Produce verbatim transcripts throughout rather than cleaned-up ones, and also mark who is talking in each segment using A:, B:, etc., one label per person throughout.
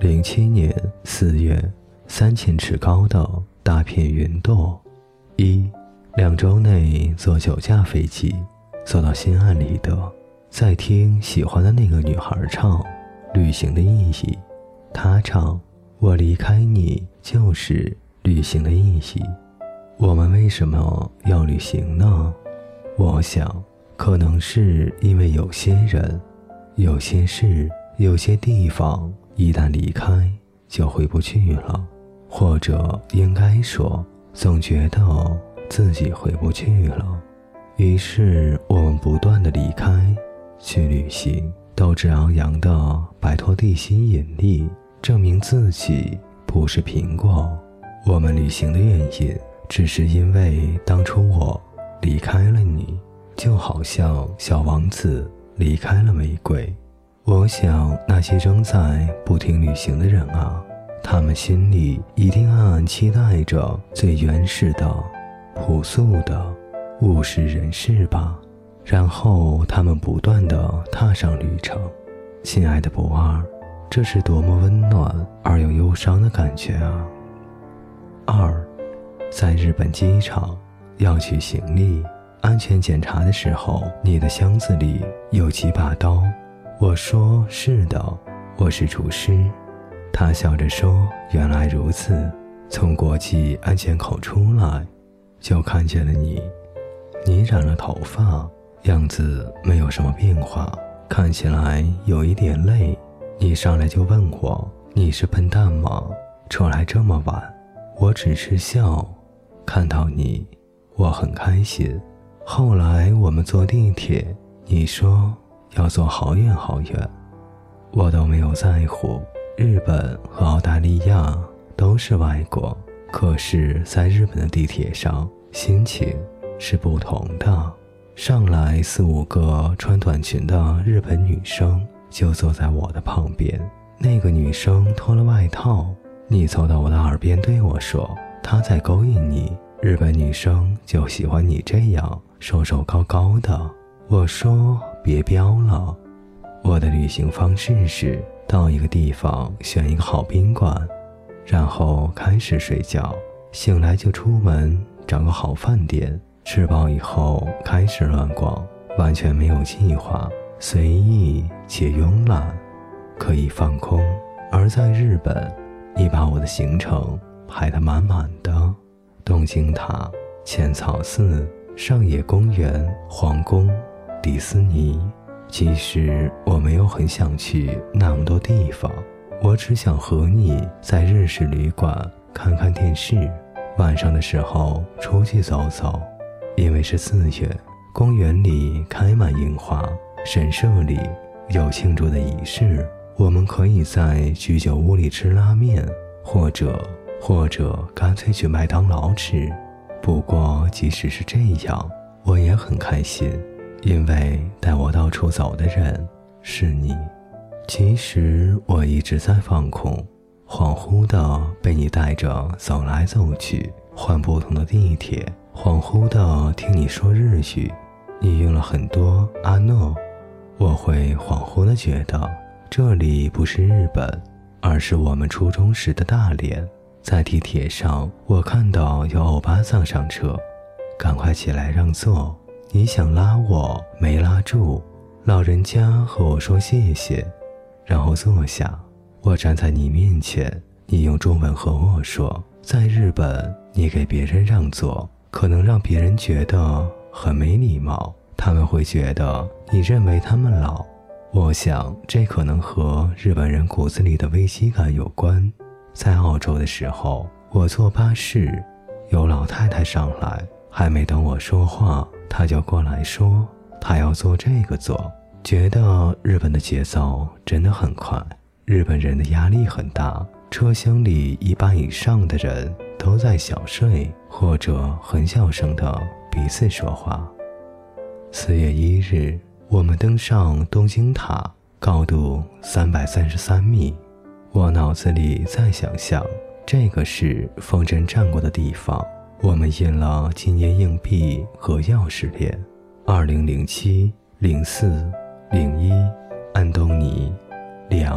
A: 零七年四月，三千尺高的大片云朵。一，两周内坐九架飞机，坐到心安理得，再听喜欢的那个女孩唱旅行的意义。她唱，我离开你就是旅行的意义。我们为什么要旅行呢？我想，可能是因为有些人、有些事、有些地方一旦离开就回不去了，或者应该说总觉得自己回不去了。于是我们不断地离开，去旅行，斗志昂扬地摆脱地心引力，证明自己不是苹果。我们旅行的原因只是因为当初我离开了你，就好像小王子离开了玫瑰。我想那些正在不停旅行的人啊，他们心里一定暗暗期待着最原始的、朴素的、物是人是吧。然后他们不断地踏上旅程。亲爱的不二，这是多么温暖而又忧伤的感觉啊。二，在日本机场要取行李，安全检查的时候，你的箱子里有几把刀。我说是的，我是厨师。他笑着说，原来如此。从国际安检口出来，就看见了你。你染了头发，样子没有什么变化，看起来有一点累。你上来就问我，你是笨蛋吗？出来这么晚。我只是笑，看到你，我很开心。后来我们坐地铁，你说要坐好远好远，我都没有在乎。日本和澳大利亚都是外国，可是在日本的地铁上，心情是不同的。上来四五个穿短裙的日本女生就坐在我的旁边，那个女生脱了外套，你凑到我的耳边对我说，她在勾引你，日本女生就喜欢你这样瘦瘦高高的。我说别飙了。我的旅行方式是到一个地方选一个好宾馆，然后开始睡觉，醒来就出门找个好饭店，吃饱以后开始乱逛，完全没有计划，随意且慵懒，可以放空。而在日本，你把我的行程排得满满的，东京塔、浅草寺、上野公园、皇宫、迪士尼。其实我没有很想去那么多地方，我只想和你在日式旅馆看看电视，晚上的时候出去走走。因为是四月，公园里开满樱花，神社里有庆祝的仪式，我们可以在居酒屋里吃拉面，或者或者干脆去麦当劳吃。不过即使是这样，我也很开心，因为带我到处走的人是你。其实我一直在放空，恍惚地被你带着走来走去，换不同的地铁，恍惚地听你说日语，你用了很多阿诺。我会恍惚地觉得这里不是日本，而是我们初中时的大连。在地铁上，我看到有欧巴桑上车，赶快起来让座。你想拉我，没拉住，老人家和我说谢谢，然后坐下。我站在你面前，你用中文和我说，在日本你给别人让座，可能让别人觉得很没礼貌，他们会觉得你认为他们老。我想这可能和日本人骨子里的危机感有关。在澳洲的时候，我坐巴士，有老太太上来，还没等我说话，她就过来说她要坐这个座。觉得日本的节奏真的很快，日本人的压力很大，车厢里一半以上的人都在小睡，或者很小声地彼此说话。四月一日，我们登上东京塔，高度三百三十三米。我脑子里在想象，这个是风筝站过的地方。我们印了纪念硬币和钥匙链。二零零七、零四、零一，安东尼、梁、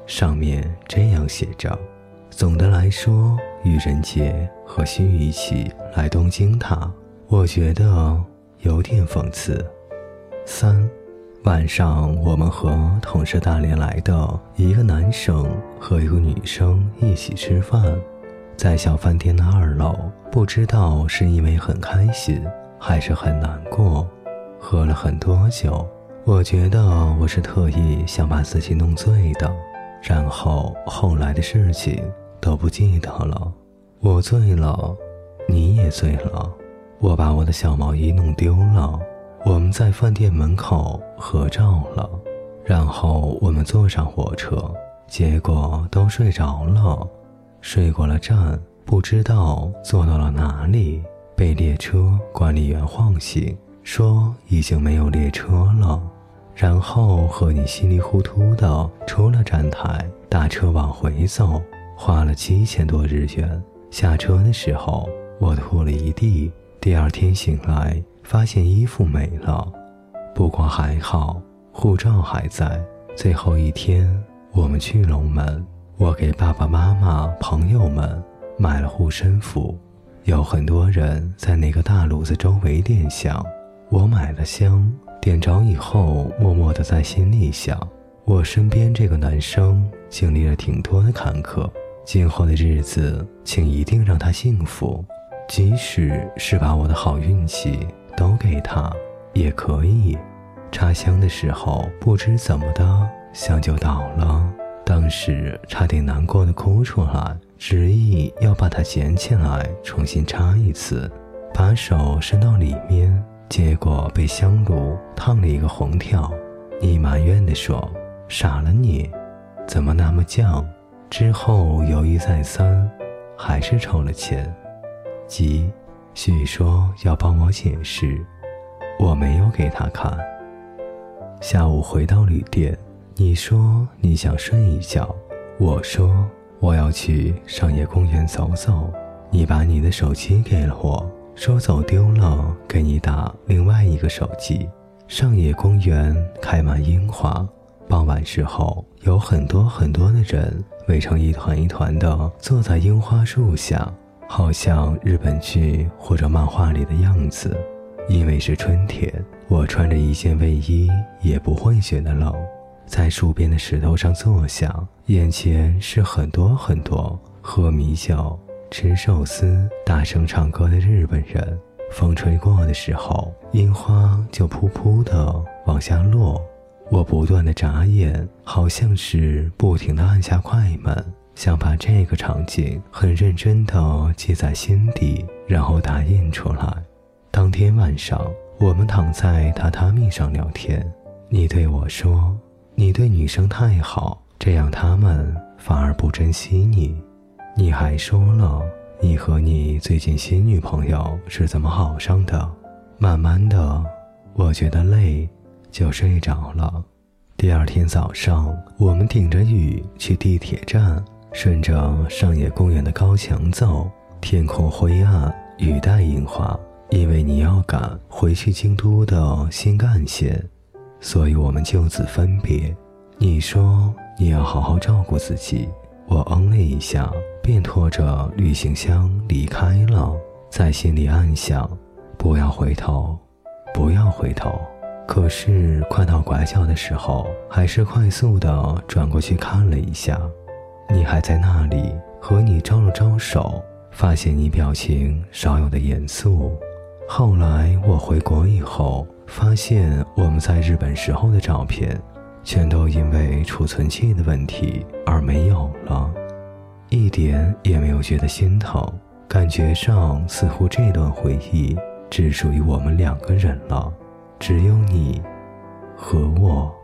A: 上面这样写着：总的来说，愚人节和须一起来东京塔，我觉得有点讽刺。三，晚上我们和同事大连来的一个男生和一个女生一起吃饭，在小饭店的二楼，不知道是因为很开心还是很难过，喝了很多酒。我觉得我是特意想把自己弄醉的，然后后来的事情都不记得了。我醉了，你也醉了，我把我的小毛衣弄丢了，我们在饭店门口合照了，然后我们坐上火车，结果都睡着了，睡过了站，不知道坐到了哪里，被列车管理员晃醒，说已经没有列车了，然后和你稀里糊涂的出了站台，打车往回走，花了七千多日元。下车的时候我吐了一地，第二天醒来发现衣服没了，不过还好护照还在。最后一天我们去龙门，我给爸爸妈妈朋友们买了护身符，有很多人在那个大炉子周围点香，我买了香，点着以后默默地在心里想，我身边这个男生经历了挺多的坎坷，今后的日子请一定让他幸福，即使是把我的好运气都给他也可以。插香的时候不知怎么的香就倒了，当时差点难过的哭出来，执意要把它捡起来重新插一次，把手伸到里面，结果被香炉烫了一个红条。你埋怨地说，傻了你，怎么那么犟？之后犹豫再三，还是抽了签。急许说要帮我解释，我没有给他看。下午回到旅店，你说你想睡一觉，我说我要去上野公园走走，你把你的手机给了我，说走丢了给你打另外一个手机。上野公园开满樱花，傍晚时候有很多很多的人围成一团一团的坐在樱花树下，好像日本剧或者漫画里的样子。因为是春天，我穿着一件卫衣也不会觉得冷，在树边的石头上坐下，眼前是很多很多喝米酒、吃寿司、大声唱歌的日本人。风吹过的时候，樱花就噗噗地往下落，我不断地眨眼，好像是不停地按下快门，想把这个场景很认真地记在心底，然后打印出来。当天晚上我们躺在榻榻米上聊天，你对我说，你对女生太好，这样她们反而不珍惜你。你还说了你和你最近新女朋友是怎么好上的。慢慢的我觉得累，就睡着了。第二天早上我们顶着雨去地铁站，顺着上野公园的高墙走，天空灰暗，雨带樱花。因为你要赶回去京都的新干线，所以我们就此分别。你说你要好好照顾自己，我嗯了一下，便拖着旅行箱离开了，在心里暗想，不要回头，不要回头。可是快到拐角的时候，还是快速地转过去看了一下，你还在那里，和你招了招手，发现你表情少有的严肃。后来我回国以后，发现我们在日本时候的照片全都因为储存器的问题而没有了，一点也没有觉得心疼，感觉上似乎这段回忆只属于我们两个人了，只有你和我。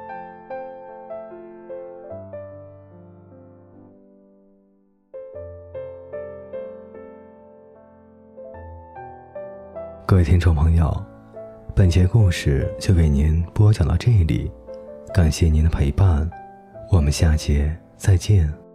A: 各位听众朋友，本节故事就给您播讲到这里，感谢您的陪伴，我们下节再见。